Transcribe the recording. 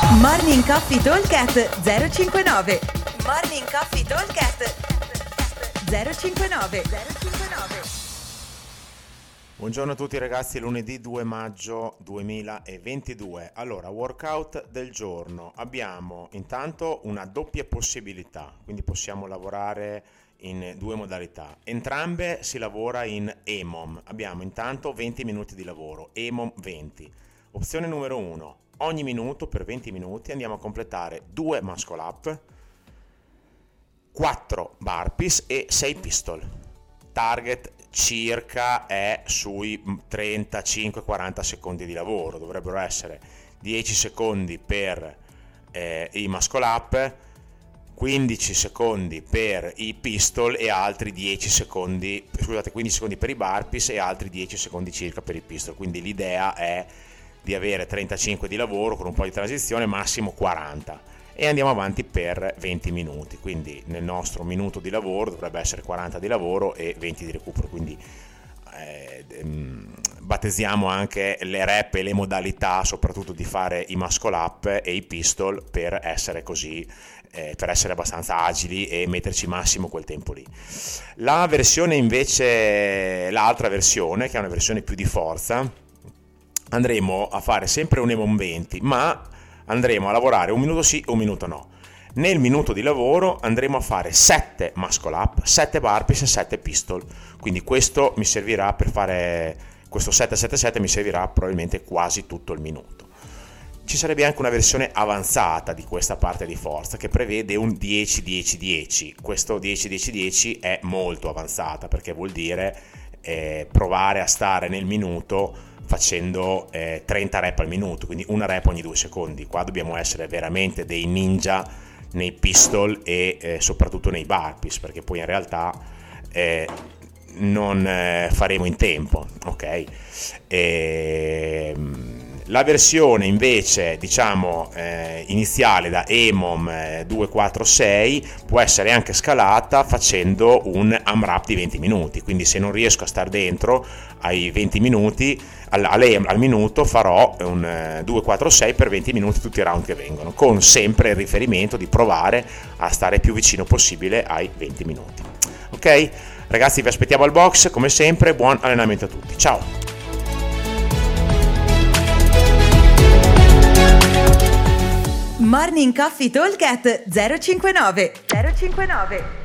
Morning Coffee Talkcast 059. Morning Coffee Talkcast 059. Buongiorno a tutti ragazzi, lunedì 2 maggio 2022. Allora, workout del giorno. Abbiamo intanto una doppia possibilità, quindi possiamo lavorare in due modalità. Entrambe si lavora in EMOM. Abbiamo intanto 20 minuti di lavoro, EMOM 20. Opzione numero 1. Ogni minuto per 20 minuti andiamo a completare 2 muscle up, 4 burpees e 6 pistol. Target circa è sui 35-40 secondi di lavoro, dovrebbero essere 10 secondi per i muscle up, 15 secondi per i pistol e altri 10 secondi, 15 secondi per i burpees e altri 10 secondi circa per i pistol. Quindi l'idea è di avere 35 di lavoro con un po' di transizione, massimo 40, e andiamo avanti per 20 minuti. Quindi nel nostro minuto di lavoro dovrebbe essere 40 di lavoro e 20 di recupero. Quindi battezziamo anche le rep e le modalità, soprattutto di fare i muscle up e i pistol, per essere così, per essere abbastanza agili e metterci massimo quel tempo lì. La versione invece, l'altra versione, che è una versione più di forza, andremo a fare sempre un EMOM 20, ma andremo a lavorare un minuto sì e un minuto no. Nel minuto di lavoro andremo a fare 7 muscle up, 7 burpees e 7 pistol. Quindi questo mi servirà per fare, questo 7-7-7 mi servirà probabilmente quasi tutto il minuto. Ci sarebbe anche una versione avanzata di questa parte di forza che prevede un 10-10-10. Questo 10-10-10 è molto avanzata, perché vuol dire provare a stare nel minuto facendo 30 rep al minuto, quindi una rep ogni 2 secondi. Qua dobbiamo essere veramente dei ninja nei pistol e soprattutto nei burpees, perché poi in realtà non faremo in tempo, ok? La versione invece, diciamo, iniziale da EMOM 2-4-6 può essere anche scalata facendo un AMRAP di 20 minuti. Quindi se non riesco a star dentro ai 20 minuti, al minuto farò un 2-4-6 per 20 minuti tutti i round che vengono, con sempre il riferimento di provare a stare più vicino possibile ai 20 minuti. Ok? Ragazzi, vi aspettiamo al box, come sempre, buon allenamento a tutti. Ciao! Morning Coffee Talkcast 059.